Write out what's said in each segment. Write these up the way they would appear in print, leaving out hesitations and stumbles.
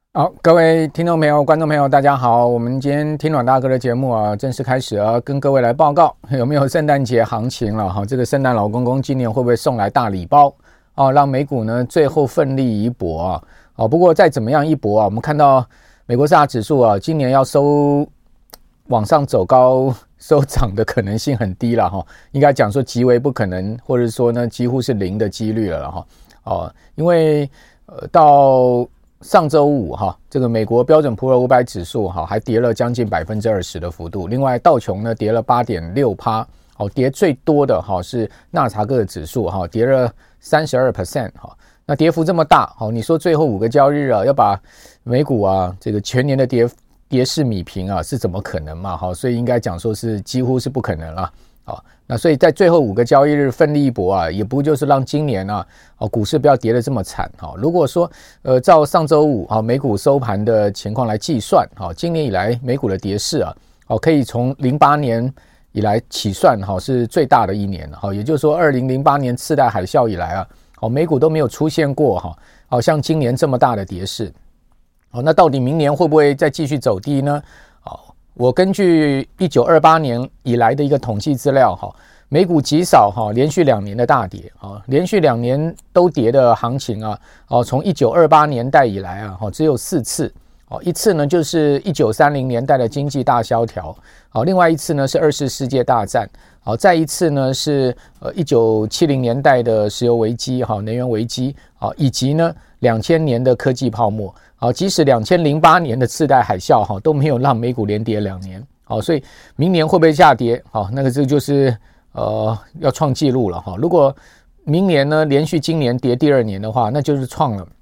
好，各位听众朋友、观众朋友，大家好！我们今天听阮大哥的节目啊，正式开始啊，跟各位来报告有没有圣诞节行情了哈？这个圣诞老公公今年会不会送来大礼包啊？让美股呢最后奋力一搏啊！哦，不过再怎么样一搏啊，我们看到美国四大指数啊，今年要往上走高收涨的可能性很低了哈，应该讲说极为不可能，或者说呢几乎是零的几率了哈。哦，因为到上周五哈，这个美国标准普尔500指数哈还跌了将近 20% 的幅度，另外道琼呢跌了 8.6%， 跌最多的哈是纳斯达克的指数哈跌了 32% 哈。那跌幅这么大，你说最后5个交易日啊要把美股啊这个全年的跌势弭平啊是怎么可能嘛？所以应该讲说是几乎是不可能了。那所以在最后5个交易日奋力一搏啊，也不就是让今年啊股市不要跌得这么惨。如果说照上周五美股收盘的情况来计算，今年以来美股的跌势啊可以从08年以来起算是最大的一年，也就是说2008年次贷海啸以来啊美股都没有出现过像今年这么大的跌势。那到底明年会不会再继续走低呢？我根据1928年以来的一个统计资料美股极少连续2年的大跌连续2年都跌的行情从1928年代以来只有4次一次呢就是1930年代的经济大萧条另外一次呢是2次世界大战再一次呢是1970年代的石油危机能源危机以及呢2000年的科技泡沫即使2008年的次贷海啸都没有让美股连跌2年所以明年会不会下跌那个这就是要创纪录了如果明年呢连续今年跌第2年的话，那就是创了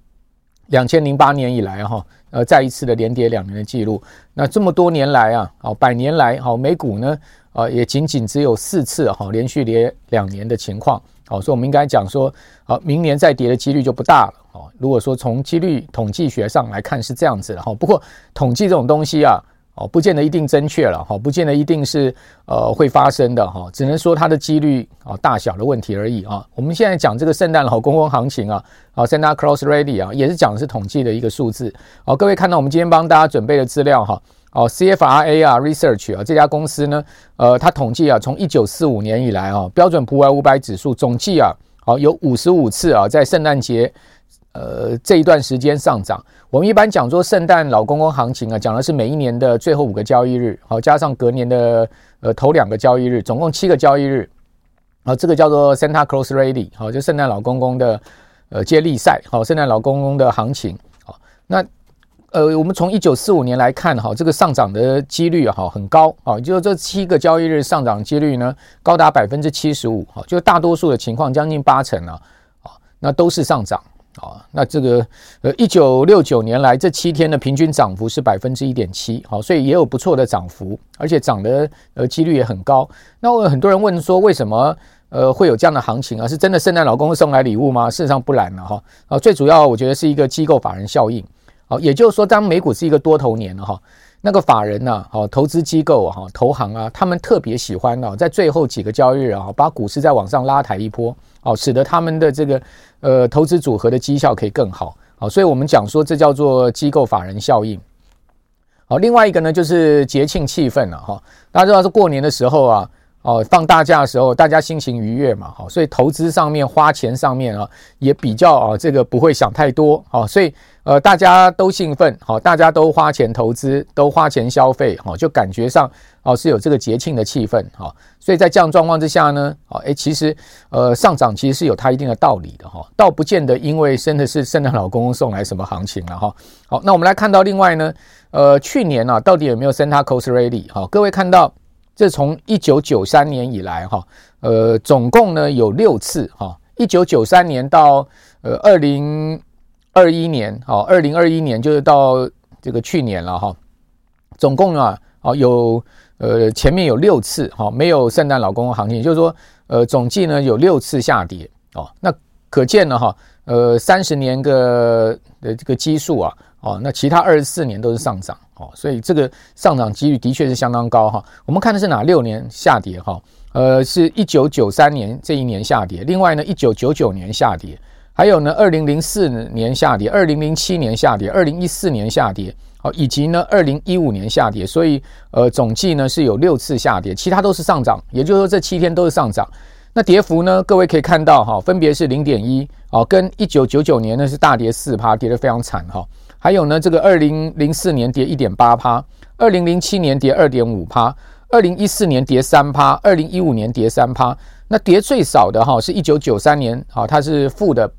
2008年以来再一次的连跌2年的记录。那这么多年来100年来美股呢也仅仅只有4次连续跌2年的情况所以我们应该讲说明年再跌的几率就不大了如果说从几率统计学上来看是这样子的不过统计这种东西不见得一定正确了不见得一定是会发生的只能说它的几率大小的问题而已我们现在讲这个圣诞老公公行情Santa Claus Ready 也是讲的是统计的一个数字各位看到我们今天帮大家准备的资料CFRA Research 这家公司呢它统计从1945年以来标准普尔500指数总计有55次在圣诞节这一段时间上涨。我们一般讲说圣诞老公公行情讲的是每一年的最后5个交易日加上隔年的头2个交易日，总共7个交易日这个叫做 Santa Claus Ready 就圣诞老公公的接力赛圣诞老公公的行情那我们从1945年来看这个上涨的几率很高就是这7个交易日上涨几率呢高达 75%就大多数的情况将近80%那都是上涨那这个1969年来这7天的平均涨幅是 1.7%所以也有不错的涨幅，而且涨的几率也很高。那很多人问说为什么会有这样的行情是真的圣诞老公送来礼物吗？事实上不然最主要我觉得是一个机构法人效应也就是说当美股是一个多头年那个法人投资机构投行他们特别喜欢在最后几个交易日把股市再往上拉抬一波使得他们的这个投资组合的绩效可以更好所以我们讲说这叫做机构法人效应另外一个呢就是节庆气氛大家知道是过年的时候放大假的时候大家心情愉悦嘛所以投资上面花钱上面也比较这个不会想太多所以大家都兴奋大家都花钱投资都花钱消费就感觉上是有这个节庆的气氛所以在这样状况之下呢其实上涨其实是有它一定的道理的倒不见得因为真的是圣诞老公公送来什么行情了好，那我们来看到另外呢去年到底有没有 Santa Claus Ready 各位看到这从1993年以来总共呢有6次1993年到2021年2021年就是到这个去年了总共有前面有6次没有圣诞老公公行情，也就是说总计呢有6次下跌那可见呢30年的这个基数那其他24年都是上涨所以这个上涨几率的确是相当高我们看的是哪6年下跌是1993年这一年下跌，另外呢1999年下跌， 还有呢2004年下跌，2007年下跌，2014年下跌，以及呢2015年下跌，所以总计呢是有6次下跌，其他都是上涨，也就是说这7天都是上涨。那跌幅呢，各位可以看到分别是 0.1 跟1999年呢是大跌 4%， 跌得非常惨还有呢这个2004年跌 1.8%， 2007年跌 2.5%， 2014年跌 3%， 2015年跌 3%， 那跌最少的是1993年它是负的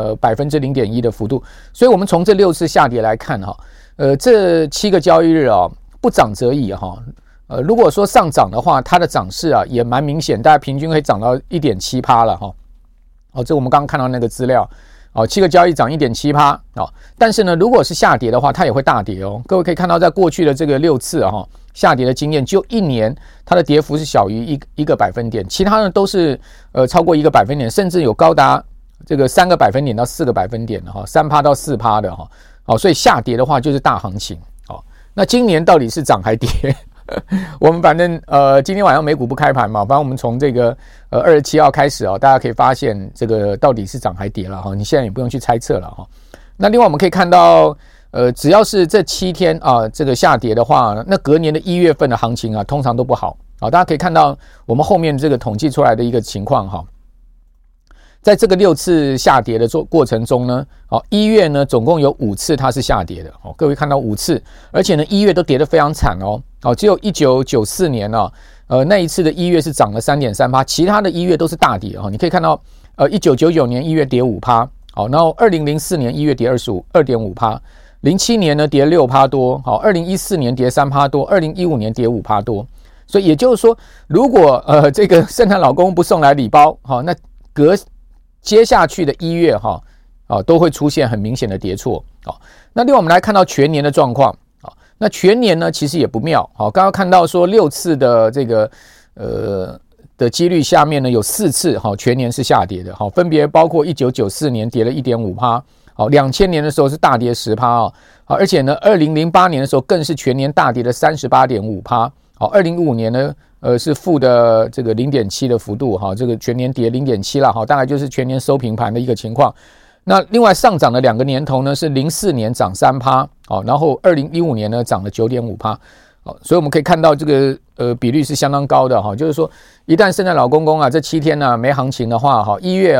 0.1% 的幅度。所以我们从这6次下跌来看这7个交易日不涨则已如果说上涨的话，它的涨势也蛮明显，大概平均可以涨到 1.7% 了这我们刚刚看到那个资料7个交易涨 1.7%但是呢，如果是下跌的话，它也会大跌各位可以看到，在过去的这个6次下跌的经验，就1年它的跌幅是小于1个百分点，其他呢都是超过1个百分点，甚至有高达这个3个百分点到4个百分点的3%到4%的所以下跌的话就是大行情那今年到底是涨还跌？我们反正今天晚上美股不开盘嘛，反正我们从这个27号开始大家可以发现这个到底是涨还跌了你现在也不用去猜测了那另外我们可以看到只要是这7天这个下跌的话，那隔年的1月份的行情通常都不好大家可以看到我们后面这个统计出来的一个情况在这个6次下跌的过程中呢1月呢总共有5次它是下跌的各位看到5次，而且呢1月都跌得非常惨只有1994年那一次的1月是涨了 3.3%， 其他的1月都是大跌你可以看到1999年1月跌 5%， 然后2004年1月跌 2.5%， 07年呢跌 6% 多2014年跌 3% 多2015年跌 5% 多。所以也就是说，如果这个圣诞老公不送来礼包那接下去的1月都会出现很明显的跌挫那另外我们来看到全年的状况那全年呢其实也不妙刚刚看到说6次的这个的几率下面呢有4次全年是下跌的分别包括1994年跌了 1.5%， 2000年的时候是大跌 10%， 而且呢2008年的时候更是全年大跌的 38.5%， 2015年呢是负的这个 0.7 的幅度这个全年跌 0.7 啦大概就是全年收平盘的一个情况。那另外上涨的2个年头呢是04年涨 3%， 然后2015年呢涨了 9.5%， 所以我们可以看到这个比率是相当高的就是说一旦圣诞老公公这7天没行情的话1月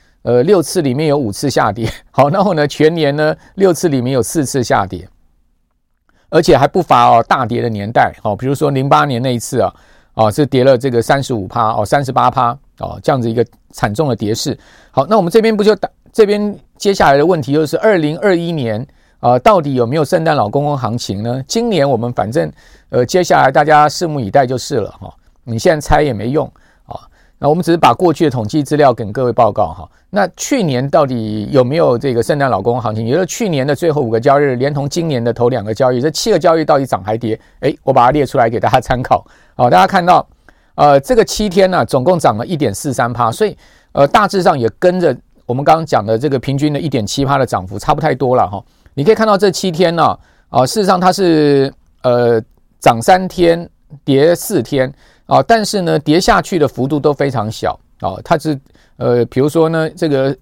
6次里面有5次下跌然后呢全年呢6次里面有4次下跌，而且还不乏大跌的年代比如说08年那一次是跌了这个 35%、38%这样子一个惨重的跌势。好，那我们这边这边接下来的问题就是2021年到底有没有圣诞老公公行情呢？今年我们反正接下来大家拭目以待就是了你现在猜也没用那我们只是把过去的统计资料跟各位报告那去年到底有没有这个圣诞老公公行情？也就是去年的最后5个交易日连同今年的头2个交易日，这7个交易到底涨还跌？我把它列出来给大家参考大家看到这个7天总共涨了 1.43%， 所以大致上也跟着我们刚刚讲的这个平均的 1.7% 的涨幅差不太多了你可以看到这7天事实上它是涨3天跌4天但是呢跌下去的幅度都非常小它是比如说呢这个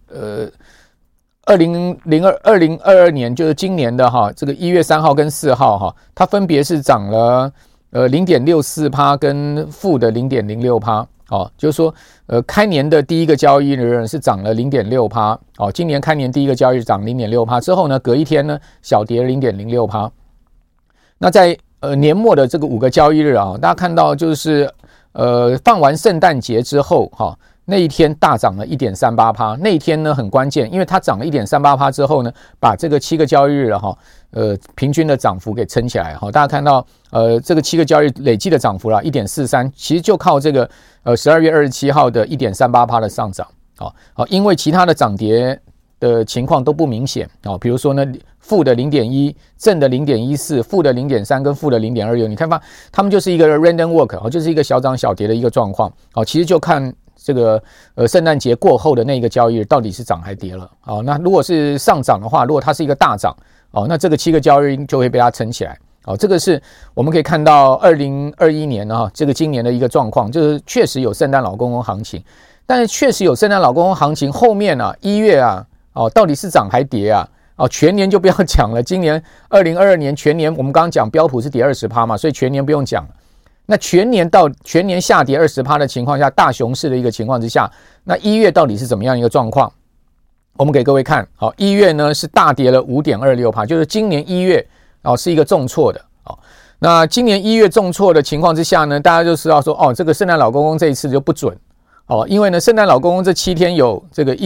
2022年就是今年的这个1月3号跟4号它分别是涨了0.64% 跟负的 0.06%就是说开年的第一个交易日是涨了 0.6%今年开年第一个交易日涨 0.6% 之后呢隔一天呢小跌 0.06%。 那在年末的这个5个交易日大家看到就是放完圣诞节之后那一天大涨了 1.38%， 那一天呢很关键，因为它涨了 1.38% 之后呢把这个7个交易日平均的涨幅给撑起来大家看到这个7个交易累计的涨幅啦 1.43%， 其实就靠这个12月27号的 1.38% 的上涨因为其他的涨跌的情况都不明显比如说呢负的 0.1 正的 0.14 负的 0.3 跟负的 0.26， 你看吧，他们就是一个 random walk 就是一个小涨小跌的一个状况其实就看这个圣诞节过后的那个交易日到底是涨还跌了那如果是上涨的话，如果它是一个大涨那这个7个交易日就会被它撑起来这个是我们可以看到2021年这个今年的一个状况，就是确实有圣诞老公公行情，但是确实有圣诞老公公行情后面1月到底是涨还跌啊？全年就不要讲了，今年2022年全年我们刚刚讲标普是跌 20% 嘛，所以全年不用讲了。那全年下跌 20% 的情况下，大熊市的一个情况之下，那1月到底是怎么样一个状况？我们给各位看，1月呢是大跌了 5.26%， 就是今年1月是一个重挫的。那今年1月重挫的情况之下呢，大家就知道说这个圣诞老公公这一次就不准因为呢圣诞老公公这7天有这个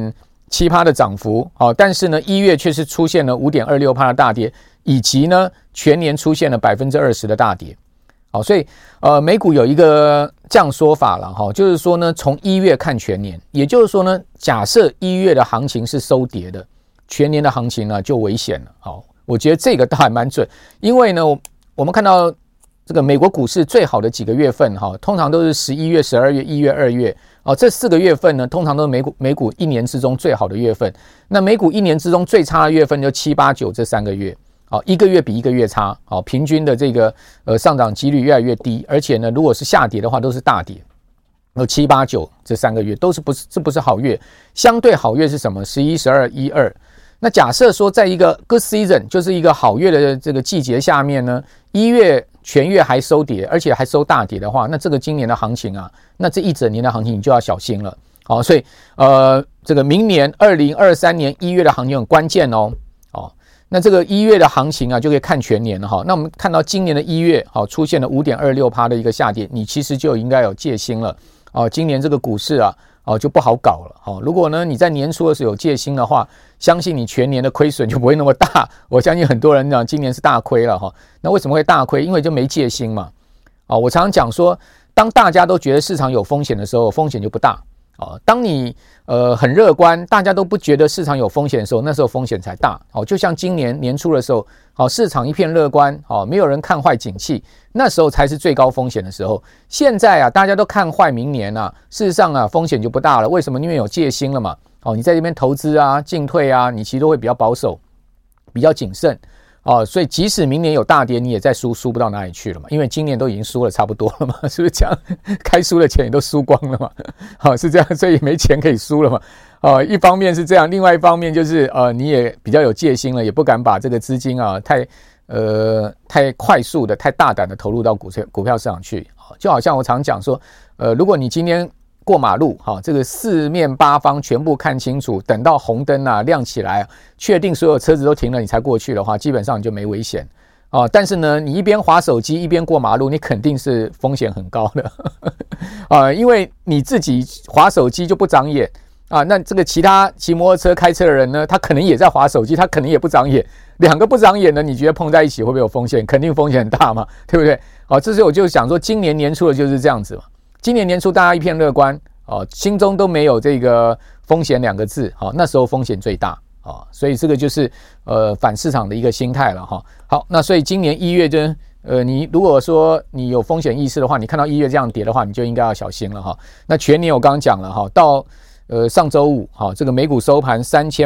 1.7% 的涨幅但是呢1月却是出现了 5.26% 的大跌，以及呢全年出现了 20% 的大跌。所以美股有一个这样说法了就是说呢从1月看全年，也就是说呢假设1月的行情是收跌的，全年的行情呢就危险了。我觉得这个倒还蛮准，因为呢我们看到这个美国股市最好的几个月份通常都是11月、12月、1月、2月这4个月份呢通常都是美股一年之中最好的月份。那美股一年之中最差的月份就7、8、9这3个月一个月比一个月差平均的这个上涨几率越来越低，而且呢如果是下跌的话都是大跌。7、8、9这3个月都是不是好月。相对好月是什么？11、12、1、2。那假设说在一个 good season， 就是一个好月的这个季节下面呢，1月全月还收跌，而且还收大跌的话，那这个今年的行情那这一整年的行情你就要小心了。所以这个明年2023年1月的行情很关键那这个1月的行情就可以看全年了那我们看到今年的1月出现了 5.26% 的一个下跌，你其实就应该有戒心了今年这个股市就不好搞了如果呢你在年初的时候有戒心的话，相信你全年的亏损就不会那么大。我相信很多人讲今年是大亏了那为什么会大亏？因为就没戒心嘛我常常讲说，当大家都觉得市场有风险的时候，风险就不大当你很乐观，大家都不觉得市场有风险的时候，那时候风险才大就像今年年初的时候市场一片乐观没有人看坏景气，那时候才是最高风险的时候。现在大家都看坏明年事实上风险就不大了。为什么？因为有戒心了嘛你在这边投资进退你其实都会比较保守，比较谨慎所以即使明年有大跌，你也在输不到哪里去了嘛，因为今年都已经输了差不多了嘛，是不是这样？该输的钱也都输光了嘛是这样，所以没钱可以输了嘛一方面是这样，另外一方面就是你也比较有戒心了，也不敢把这个资金太快速的、太大胆的投入到股票市场去就好像我常讲说如果你今天过马路这个四面八方全部看清楚，等到红灯亮起来，确定所有車子都停了你才过去的话，基本上你就没危险但是呢你一边滑手机一边过马路，你肯定是风险很高的因为你自己滑手机就不长眼那这个其他骑摩托车开车的人呢，他可能也在滑手机，他可能也不长眼，两个不长眼的，你觉得碰在一起会不会有风险？肯定风险很大嘛，对不对这时候我就想说今年年初的就是这样子嘛。今年年初大家一片乐观心中都没有这个风险2个字那时候风险最大所以这个就是反市场的一个心态了好，那所以今年1月就你如果说你有风险意识的话，你看到1月这样跌的话，你就应该要小心了那全年我刚刚讲了到上周五这个美股收盘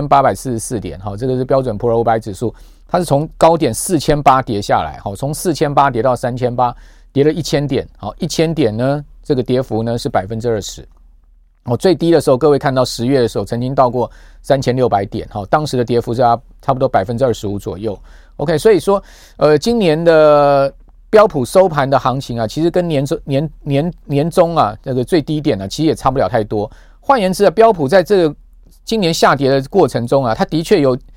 3844点这个是标准普尔500指数，它是从高点4800跌下来从4800跌到3800，跌了1000点1000点呢这个跌幅呢是 20%最低的时候各位看到10月的时候曾经到过3600点当时的跌幅是差不多 25% 左右 OK， 所以说今年的标普收盘的行情其实跟年中这个最低点其实也差不了太多。换言之标普在这个今年下跌的过程中它的确有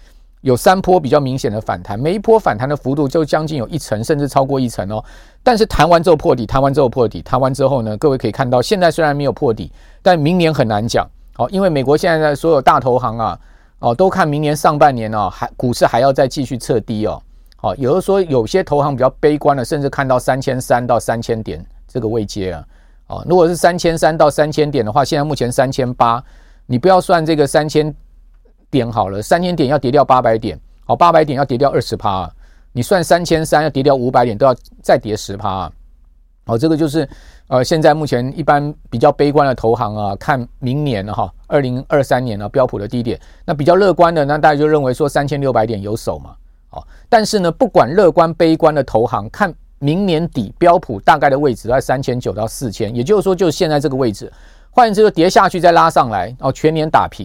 3波比较明显的反弹，每一波反弹的幅度就将近有1成甚至超过1成但是弹完之后破底，弹完之后呢，各位可以看到现在虽然没有破底，但明年很难讲因为美国现在的所有大投行都看明年上半年股市还要再继续测低有的说有些投行比较悲观的，甚至看到3300到3000点这个位阶如果是3300到3000点的话，现在目前3800，你不要算这个3000点好了，3000点要跌掉800点800点要跌掉 20%你算3300要跌掉500点都要再跌 10% 这个就是现在目前一般比较悲观的投行看明年2023年标普的低点，那比较乐观的那大家就认为说3600点有手嘛但是呢不管乐观悲观的投行看明年底标普大概的位置在3900到4000，也就是说就是现在这个位置，换言之就跌下去再拉上来全年打平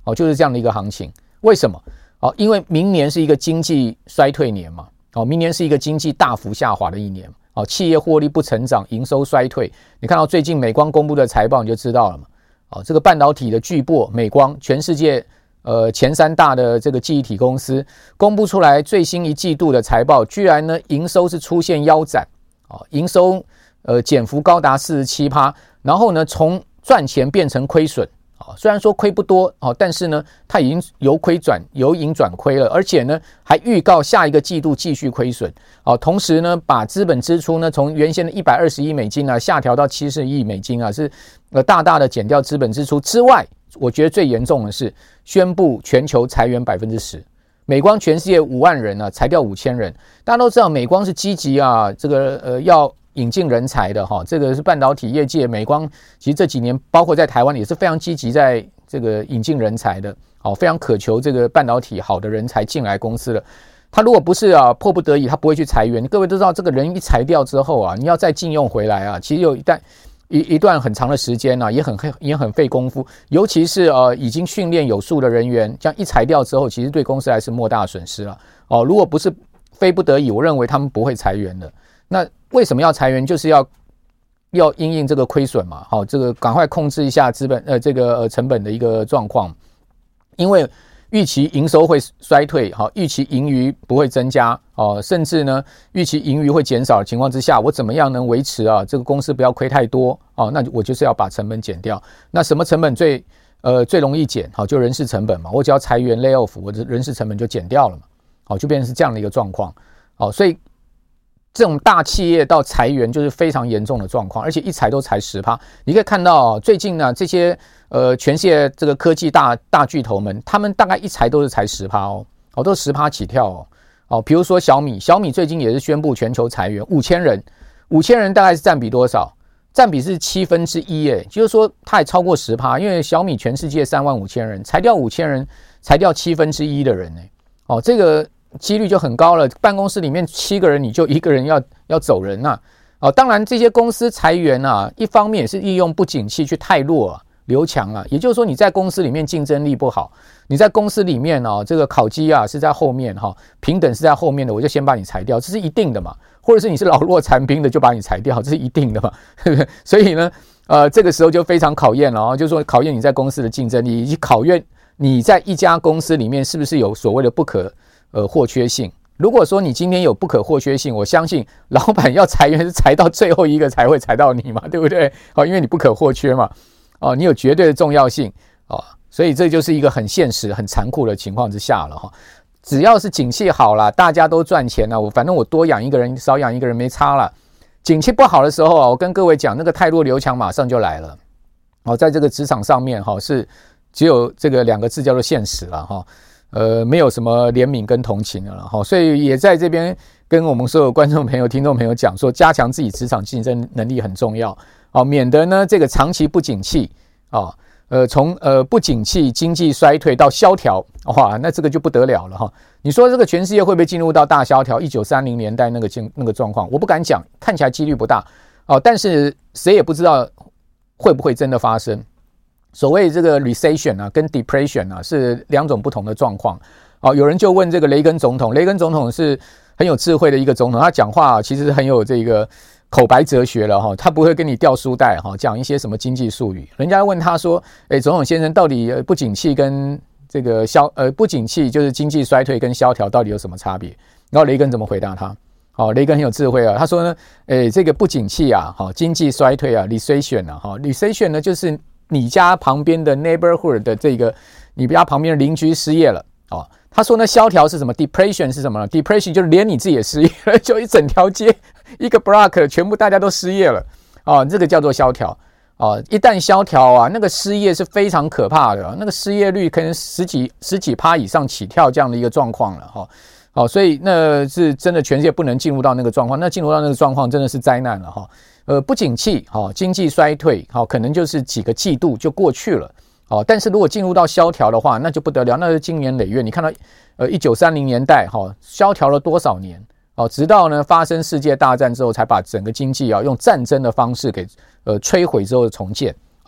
就是这样的一个行情。为什么？因为明年是一个经济衰退年嘛，明年是一个经济大幅下滑的一年，企业获利不成长，营收衰退。你看到最近美光公布的财报你就知道了嘛，这个半导体的巨擘美光，全世界前3大的这个记忆体公司公布出来最新一季度的财报，居然呢营收是出现腰斩，营收减幅高达 47%， 然后呢从赚钱变成亏损，虽然说亏不多，但是呢它已经由盈转亏了，而且呢还预告下一个季度继续亏损，同时呢把资本支出呢从原先的120亿美金啊下调到70亿美金啊，是大大的减掉资本支出之外，我觉得最严重的是宣布全球裁员 10%， 美光全世界5万人啊，裁掉5000人。大家都知道美光是积极啊，这个要引进人才的哈，这个是半导体业界，美光其实这几年包括在台湾也是非常积极在这个引进人才的，非常渴求这个半导体好的人才进来公司了。他如果不是迫不得已，他不会去裁员。各位都知道，这个人一裁掉之后啊，你要再禁用回来啊，其实有一段很长的时间也很费功夫，尤其是已经训练有素的人员，这样一裁掉之后，其实对公司还是莫大损失了。如果不是非不得已，我认为他们不会裁员的。那为什么要裁员？就是要因应这个亏损嘛，这个赶快控制一下资本这个成本的一个状况，因为预期营收会衰退，预期盈余不会增加，甚至呢预期盈余会减少的情况之下，我怎么样能维持这个公司不要亏太多，那我就是要把成本减掉。那什么成本最容易减？就人事成本嘛，我只要裁员 lay off， 我的人事成本就减掉了嘛，就变成是这样的一个状况。所以这种大企业到裁员就是非常严重的状况，而且一裁都裁 10%。 你可以看到最近呢这些全世界这个科技大巨头们，他们大概一裁都是裁 10%， 都是 10% 起跳比如说小米最近也是宣布全球裁员5000人大概是占比多少？占比是1/7，就是说它也超过 10%， 因为小米全世界35000人，裁掉5000人，裁掉1/7的人这个几率就很高了，办公室里面7个人你就1个人要走人当然这些公司裁员一方面也是利用不景气去汰弱留强也就是说你在公司里面竞争力不好，你在公司里面这个考绩是在后面平等是在后面的，我就先把你裁掉，这是一定的嘛，或者是你是老弱残兵的就把你裁掉，这是一定的嘛所以呢这个时候就非常考验了就是说考验你在公司的竞争力，以及考验你在一家公司里面是不是有所谓的不可或缺性。如果说你今天有不可或缺性，我相信老板要裁员是裁到最后一个才会裁到你嘛，对不对因为你不可或缺嘛你有绝对的重要性所以这就是一个很现实很残酷的情况之下了只要是景气好啦，大家都赚钱了，反正我多养一个人少养一个人没差了。景气不好的时候我跟各位讲，那个汰弱留强马上就来了在这个职场上面是只有这个2个字叫做现实了没有什么怜悯跟同情了所以也在这边跟我们所有观众朋友听众朋友讲说，加强自己职场竞争能力很重要免得呢这个长期不景气从不景气经济衰退到萧条，哇，那这个就不得了了你说这个全世界会不会进入到大萧条1930年代那个状况？我不敢讲，看起来几率不大但是谁也不知道会不会真的发生。所谓这个 recession 跟 depression 是2种不同的状况有人就问这个雷根总统是很有智慧的一个总统，他讲话其实很有这个口白哲学了他不会跟你掉书袋讲一些什么经济术语。人家问他说总统先生，到底不景气跟这个不景气就是经济衰退跟萧条到底有什么差别？然后雷根怎么回答他？雷根很有智慧他说呢这个不景气经济衰退recession recession 呢就是你家旁边的 neighborhood 的这个你家旁边的邻居失业了他说呢萧条是什么？ depression 是什么呢？ depression 就是连你自己也失业了，就一整条街一个 block 全部大家都失业了这个叫做萧条一旦萧条那个失业是非常可怕的那个失业率可能十几%以上起跳这样的一个状况了所以那是真的全世界不能进入到那个状况，那进入到那个状况真的是灾难了不景气经济衰退可能就是几个季度就过去了但是如果进入到萧条的话，那就不得了，那是经年累月。你看到1930年代萧条了多少年直到呢发生世界大战之后，才把整个经济用战争的方式给摧毁之后重建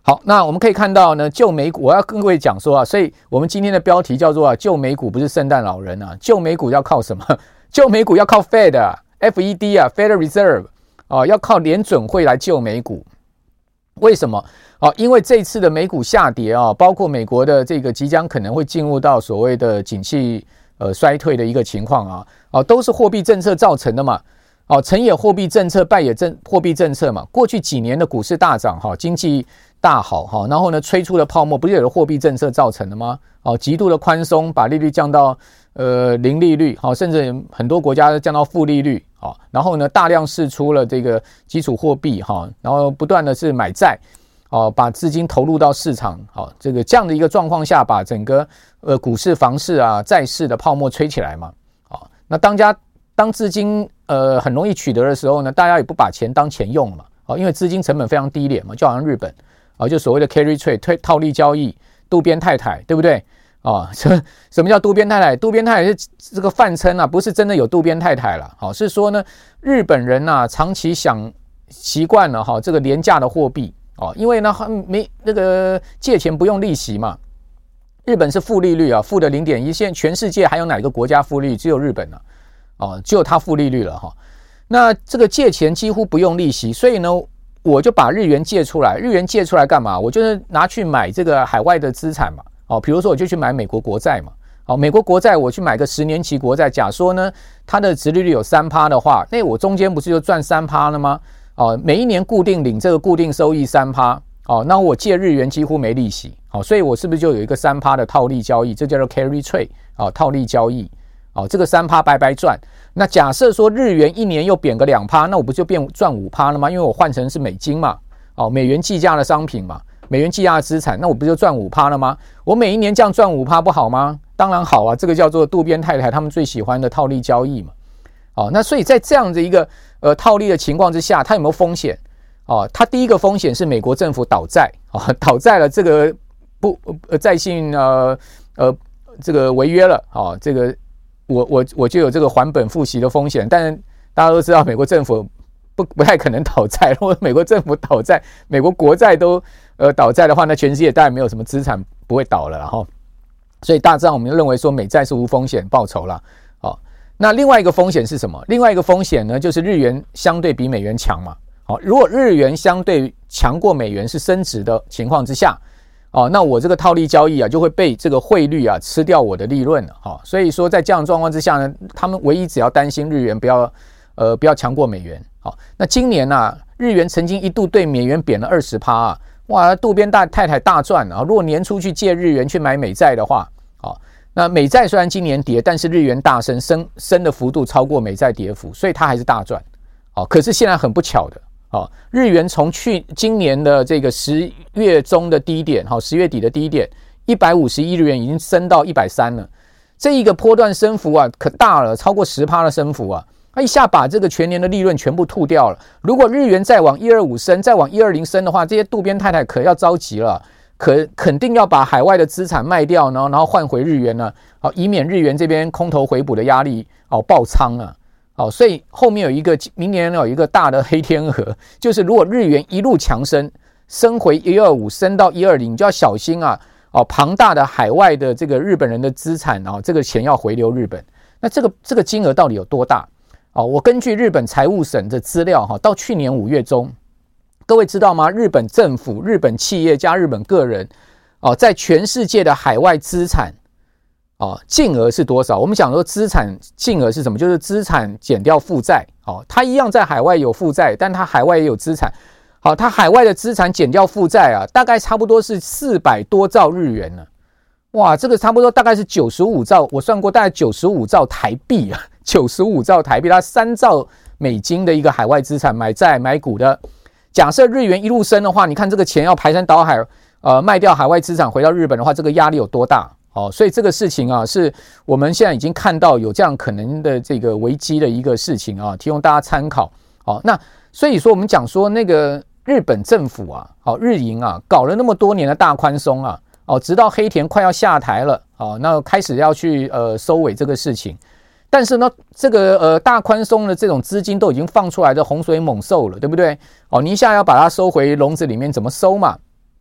好，那我们可以看到呢，救美股，我要跟各位讲说啊，所以我们今天的标题叫做啊，救美股不是圣诞老人啊，救美股要靠什么？救美股要靠 Fed 啊 ，FED 啊 ，Federal Reserve 啊，要靠联准会来救美股。为什么？因为这次的美股下跌啊，包括美国的这个即将可能会进入到所谓的景气衰退的一个情况啊，都是货币政策造成的嘛。成也货币政策，败也货币政策嘛。过去几年的股市大涨经济大好然后呢吹出的泡沫不是有货币政策造成的吗？极度的宽松，把利率降到零利率甚至很多国家降到负利率然后呢大量释出了这个基础货币然后不断的是买债把资金投入到市场这样的一个状况下，把整个股市、房市啊、债市的泡沫吹起来嘛那当资金很容易取得的时候呢，大家也不把钱当钱用嘛因为资金成本非常低廉嘛，就好像日本就所谓的 carry trade 套利交易，渡边太太对不对什么叫渡边太太？渡边太太是这个泛称不是真的有渡边太太啦是说呢日本人长期习惯了这个廉价的货币因为呢没那个借钱不用利息嘛，日本是负利率负的 0.1， 现在全世界还有哪个国家负利率？只有日本只有它负利率了那这个借钱几乎不用利息，所以呢我就把日元借出来，日元借出来干嘛？我就是拿去买这个海外的资产嘛比如说我就去买美国国债嘛美国国债我去买个10年期国债，假说呢它的殖利率有 3% 的话，那我中间不是就赚 3% 了吗每一年固定领这个固定收益 3% 那我借日元几乎没利息所以我是不是就有一个 3% 的套利交易？这叫做 carry trade 套利交易这个 3% 白白赚。那假设说日元一年又贬个 2%， 那我不就变赚 5% 了吗？因为我换成是美金嘛美元计价的商品嘛，美元计价的资产，那我不就赚 5% 了吗？我每一年这样赚 5% 不好吗？当然好这个叫做渡边太太他们最喜欢的套利交易嘛那所以在这样的一个套利的情况之下，它有没有风险它第一个风险是美国政府倒债倒债了，这个债信这个违约了这个我就有这个还本付息的风险。但大家都知道美国政府不太可能倒债，如果美国政府倒债，美国国债都倒债的话，那全世界当然没有什么资产不会倒了所以大致上我们认为说美债是无风险报酬啦那另外一个风险是什么？另外一个风险呢，就是日元相对比美元强嘛如果日元相对强过美元是升值的情况之下那我这个套利交易就会被这个汇率吃掉我的利润了所以说在这样的状况之下呢，他们唯一只要担心日元不要强过美元那今年日元曾经一度对美元贬了 20% 哇，渡边太太大赚如果年初去借日元去买美债的话那美债虽然今年跌，但是日元大升的幅度超过美债跌幅，所以它还是大赚可是现在很不巧的日元从今年的这个10月中的低点10月底的低点151日元已经升到130了，这一个波段升幅可大了，超过 10% 的升幅它一下把这个全年的利润全部吐掉了。如果日元再往125升，再往120升的话，这些渡边太太可要着急了，肯定要把海外的资产卖掉然后换回日元呢以免日元这边空头回补的压力爆仓所以后面明年有一个大的黑天鹅，就是如果日元一路强升回125，升到120，你就要小心庞大的海外的这个日本人的资产这个钱要回流日本。那这个金额到底有多大我根据日本财务省的资料到去年5月中，各位知道吗？日本政府、日本企业加日本个人在全世界的海外资产净额是多少？我们讲说资产净额是什么？就是资产减掉负债它一样在海外有负债，但它海外也有资产它海外的资产减掉负债大概差不多是400多兆日元呢。哇，这个差不多大概是95兆，我算过大概95兆台币95兆台币，它3兆美金的一个海外资产，买债买股的。假设日元一路升的话，你看这个钱要排山倒海卖掉海外资产回到日本的话，这个压力有多大所以这个事情是我们现在已经看到有这样可能的这个危机的一个事情提供大家参考那所以说我们讲说那个日本政府日银搞了那么多年的大宽松直到黑田快要下台了那开始要去收尾这个事情。但是呢这个大宽松的这种资金都已经放出来的洪水猛兽了，对不对你一下要把它收回笼子里面，怎么收嘛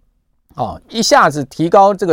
一下子提高这个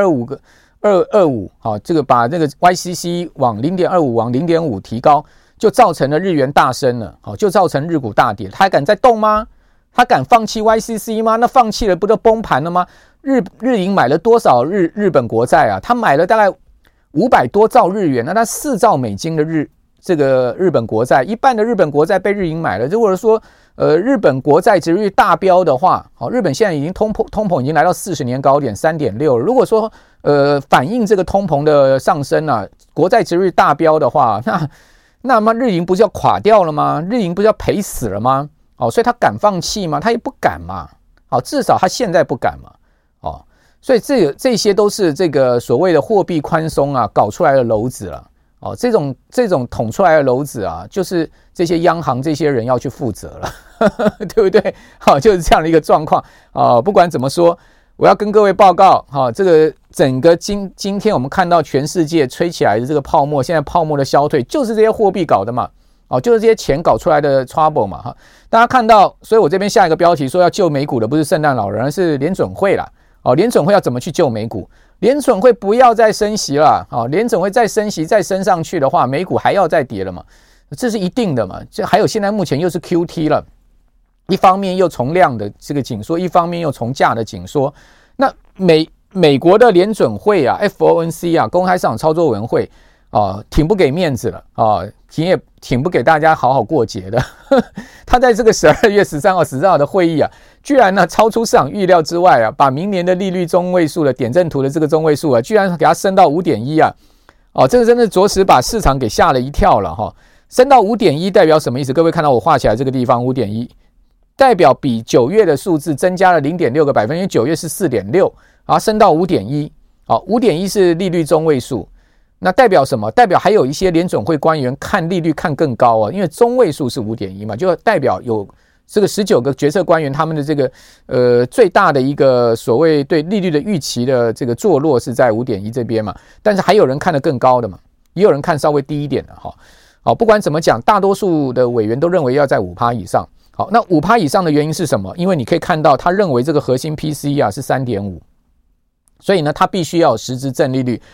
0.25 这个把这个 YCC 往 0.25 往 0.5 提高，就造成了日元大升了，就造成日股大跌。他还敢再动吗？他敢放弃 YCC 吗？那放弃了不就崩盘了吗？日银买了多少日本国债啊？他买了大概500多兆日元，那他4兆美金的这个日本国债，一半的日本国债被日银买了。如果说日本国债殖利率大飙的话，日本现在已经通膨已经来到40年高点 3.6 了。如果说反映这个通膨的上升啊，国债殖利率大飙的话，那么日银不是要垮掉了吗？日银不是要赔死了吗？所以他敢放弃吗？他也不敢嘛。至少他现在不敢嘛。所以这些都是这个所谓的货币宽松啊搞出来的篓子了。这种捅出来的篓子啊，就是这些央行这些人要去负责了，对不对？就是这样的一个状况。不管怎么说，我要跟各位报告，这个整个今天我们看到全世界吹起来的这个泡沫，现在泡沫的消退，就是这些货币搞的嘛。就是这些钱搞出来的 trouble 嘛。大家看到，所以我这边下一个标题说要救美股的不是圣诞老人，而是联准会啦。联准会要怎么去救美股？联准会不要再升息了，联准会再升息再升上去的话，美股还要再跌了嘛，这是一定的嘛。这还有现在目前又是 QT 了，一方面又从量的这个紧缩，一方面又从价的紧缩。那美国的联准会啊 FOMC 啊，公开市场操作委员会挺不给面子了也挺不给大家好好过节的。他在这个12月13号、14号的会议啊，居然呢超出市场预料之外啊，把明年的利率中位数的点阵图的这个中位数啊，居然给它升到 5.1 啊。这个真的着实把市场给吓了一跳了升到 5.1 代表什么意思？各位看到我画起来这个地方 5.1 代表比9月的数字增加了 0.6 个百分，因为9月是 4.6 升到 5.1 5.1 是利率中位数。那代表什么？代表还有一些联准会官员看利率看更高因为中位数是 5.1 嘛，就代表有这个19个决策官员他们的这个最大的一个所谓对利率的预期的这个坐落是在 5.1 这边嘛，但是还有人看得更高的嘛，也有人看稍微低一点的不管怎么讲，大多数的委员都认为要在 5% 以上。那 5% 以上的原因是什么？因为你可以看到他认为这个核心 PCE 是 3.5， 所以呢他必须要有实质正利率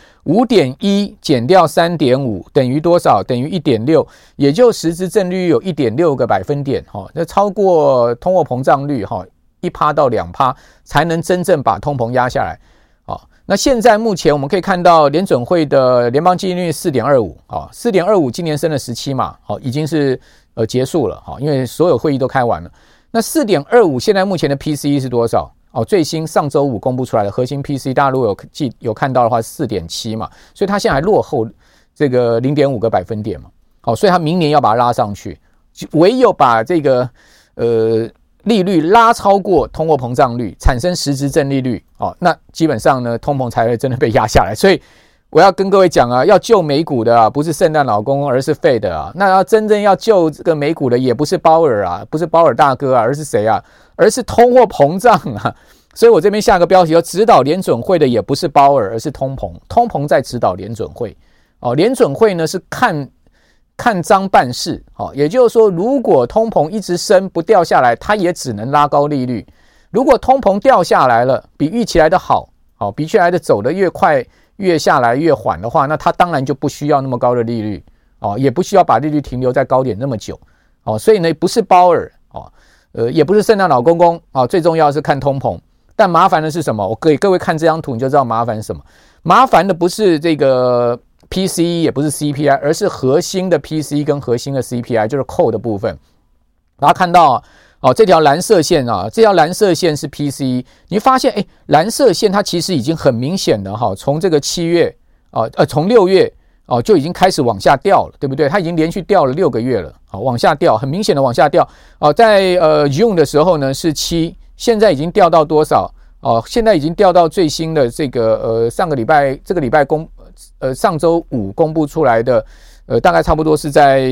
5.1 减掉 3.5 等于多少？等于 1.6， 也就实质正利率有 1.6 个百分点那超过通货膨胀率 1% 到 2% 才能真正把通膨压下来那现在目前我们可以看到联准会的联邦基金利率 4.25 4.25 今年升了17嘛已经是结束了因为所有会议都开完了。那 4.25 现在目前的 PCE 是多少？最新上周五公布出来的核心 PCE， 大家如果有看到的话是 4.7 嘛，所以它现在还落后这个 0.5 个百分点嘛所以它明年要把它拉上去，唯有把这个利率拉超过通货膨胀率，产生实质正利率那基本上呢通膨才会真的被压下来。所以我要跟各位讲要救美股的不是圣诞老公公，而是 Fed 那要真正要救这个美股的也不是鲍尔不是鲍尔大哥而是谁而是通货膨胀所以我这边下个标题指导联准会的也不是鲍尔，而是通膨在指导联准会联准会呢是看章办事也就是说，如果通膨一直升不掉下来，它也只能拉高利率。如果通膨掉下来了，比预期来的好比预期来的走得越快越下来越缓的话，那它当然就不需要那么高的利率也不需要把利率停留在高点那么久所以呢不是鲍尔也不是圣诞老公公最重要的是看通膨。但麻烦的是什么？我给各位看这张图你就知道麻烦是什么。麻烦的不是这个 PCE 也不是 CPI， 而是核心的 PCE 跟核心的 CPI， 就是扣的部分。大家看到这条蓝色线这条蓝色线是 PCE， 你发现蓝色线它其实已经很明显的从这个7月从6月就已经开始往下掉了，对不对？它已经连续掉了6个月了往下掉，很明显的往下掉在June 的时候呢是7，现在已经掉到多少现在已经掉到最新的这个这个礼拜上周五公布出来的大概差不多是在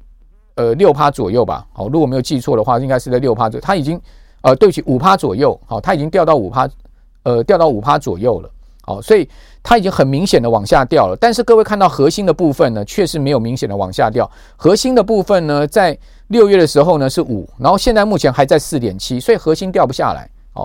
6% 左右吧如果没有记错的话应该是在 6% 左右，它已经对不起 5% 左右它已经掉到 5% 左右了所以它已经很明显的往下掉了。但是各位看到核心的部分呢确实没有明显的往下掉，核心的部分呢在6月的时候呢是5，然后现在目前还在 4.7， 所以核心掉不下来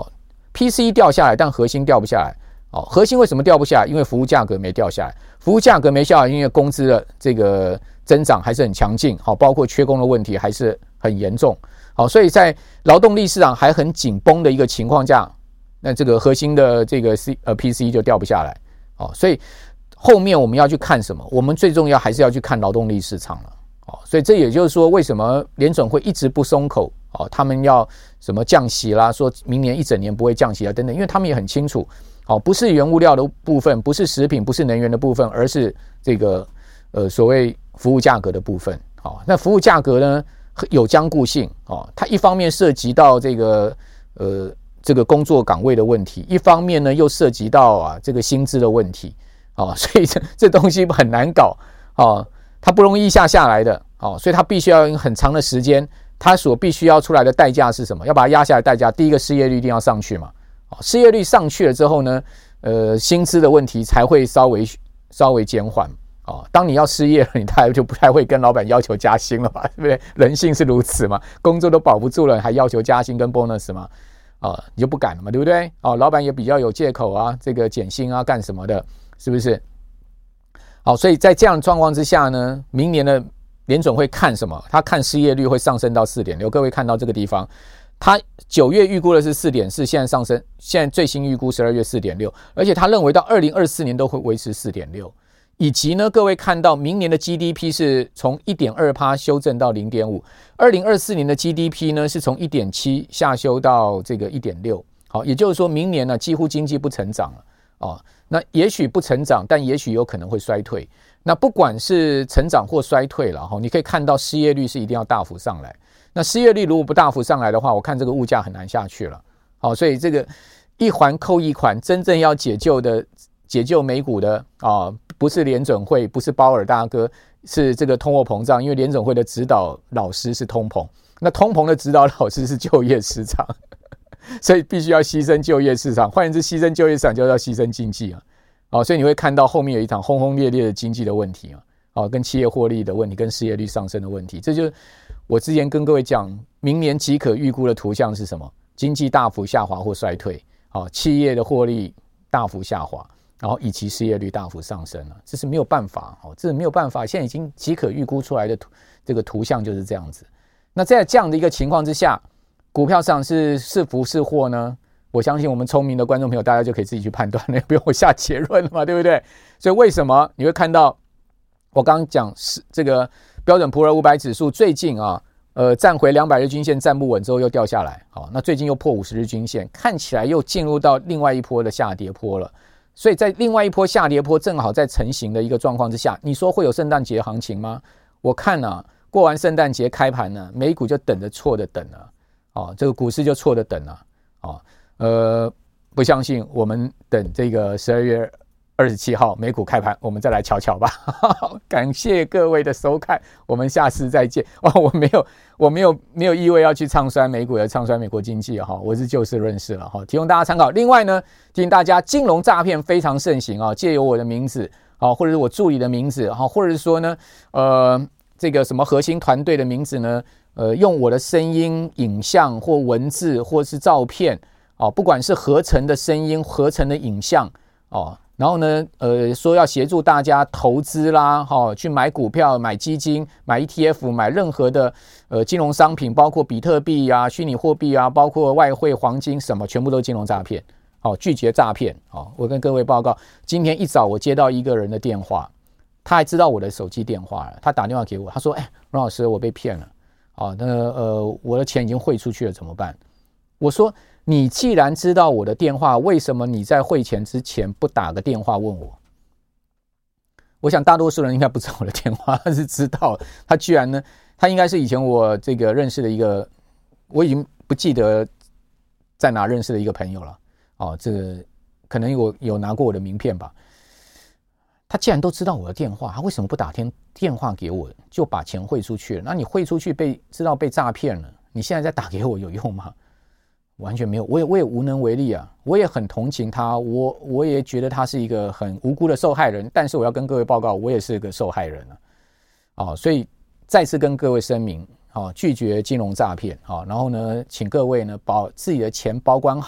PCE 掉下来，但核心掉不下来。核心为什么掉不下来？因为服务价格没掉下来，服务价格没下来，因为工资的这个增长还是很强劲，包括缺工的问题还是很严重。所以在劳动力市场还很紧绷的一个情况下，那这个核心的这个PCE 就掉不下来。所以后面我们要去看什么？我们最重要还是要去看劳动力市场了。所以这也就是说，为什么联准会一直不松口，他们要什么降息啦，说明年一整年不会降息啊等等，因为他们也很清楚，不是原物料的部分，不是食品，不是能源的部分，而是这个所谓服务价格的部分。那服务价格呢有僵固性，它一方面涉及到这个工作岗位的问题，一方面呢又涉及到这个薪资的问题，所以这东西很难搞，它不容易一下下来的，所以它必须要用很长的时间，它所必须要出来的代价是什么？要把它压下来的代价，第一个失业率一定要上去嘛，失业率上去了之后呢，薪资的问题才会稍微减缓。当你要失业了，你大概就不太会跟老板要求加薪了吧，对不对？人性是如此嘛，工作都保不住了，还要求加薪跟 bonus 嘛，你就不敢了嘛，对不对？老板也比较有借口啊，这个减薪啊干什么的，是不是？好，所以在这样的状况之下呢，明年的联准会看什么？他看失业率会上升到 4.6， 各位看到这个地方，他9月预估的是 4.4， 现在上升，现在最新预估12月 4.6， 而且他认为到2024年都会维持 4.6， 以及呢，各位看到明年的 GDP 是从 1.2% 修正到 0.5， 2024年的 GDP 呢是从 1.7 下修到这个 1.6， 好，也就是说明年呢几乎经济不成长了，那也许不成长，但也许有可能会衰退。那不管是成长或衰退了，你可以看到失业率是一定要大幅上来。那失业率如果不大幅上来的话，我看这个物价很难下去了。好，所以这个一环扣一环，真正要解救美股的不是联准会，不是鲍尔大哥，是这个通货膨胀。因为联准会的指导老师是通膨，那通膨的指导老师是就业市场。所以必须要牺牲就业市场，换言之，牺牲就业市场就要牺牲经济所以你会看到后面有一场轰轰烈烈的经济的问题跟企业获利的问题，跟失业率上升的问题。这就是我之前跟各位讲，明年即可预估的图像是什么？经济大幅下滑或衰退，企业的获利大幅下滑，然后以及失业率大幅上升了，这是没有办法，这是没有办法，现在已经即可预估出来的这个图像就是这样子。那在这样的一个情况之下，股票上是福是祸呢？我相信我们聪明的观众朋友，大家就可以自己去判断了，不用我下结论了嘛，对不对？所以为什么你会看到我刚刚讲这个标准普尔500指数最近站回200日均线站不稳之后又掉下来，那最近又破50日均线，看起来又进入到另外一波的下跌波了。所以在另外一波下跌波正好在成型的一个状况之下，你说会有圣诞节行情吗？我看过完圣诞节开盘呢，美股就等着错的等了。这个股市就错的等了，不相信我们等这个12月27号美股开盘，我们再来瞧瞧吧。感谢各位的收看，我们下次再见。我没有意味要去唱衰美股，也唱衰美国经济我是就事论事了提供大家参考。另外呢，提醒大家，金融诈骗非常盛行借由我的名字或者是我助理的名字或者是说呢这个什么核心团队的名字呢，用我的声音、影像或文字或是照片不管是合成的声音、合成的影像然后呢说要协助大家投资啦去买股票、买基金、买 ETF、买任何的金融商品，包括比特币虚拟货币包括外汇、黄金什么，全部都是金融诈骗拒绝诈骗我跟各位报告，今天一早我接到一个人的电话，他还知道我的手机电话了，他打电话给我，他说阮老师，我被骗了我的钱已经汇出去了，怎么办？我说你既然知道我的电话，为什么你在汇钱之前不打个电话问我？我想大多数人应该不知道我的电话，他是知道，他居然呢，他应该是以前我这个认识的一个，我已经不记得在哪认识的一个朋友了这个可能有拿过我的名片吧。他既然都知道我的电话，他为什么不打电话给我就把钱汇出去了？那你汇出去知道被诈骗了，你现在再打给我有用吗？完全没有，我也无能为力我也很同情他，我也觉得他是一个很无辜的受害人，但是我要跟各位报告，我也是个受害人所以再次跟各位声明拒绝金融诈骗然后呢，请各位呢把自己的钱保管好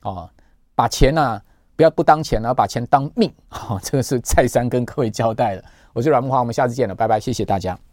哦，把钱不要不当钱了，把钱当命，这个是再三跟各位交代了。我是阮慕骅，我们下次见了，拜拜，谢谢大家。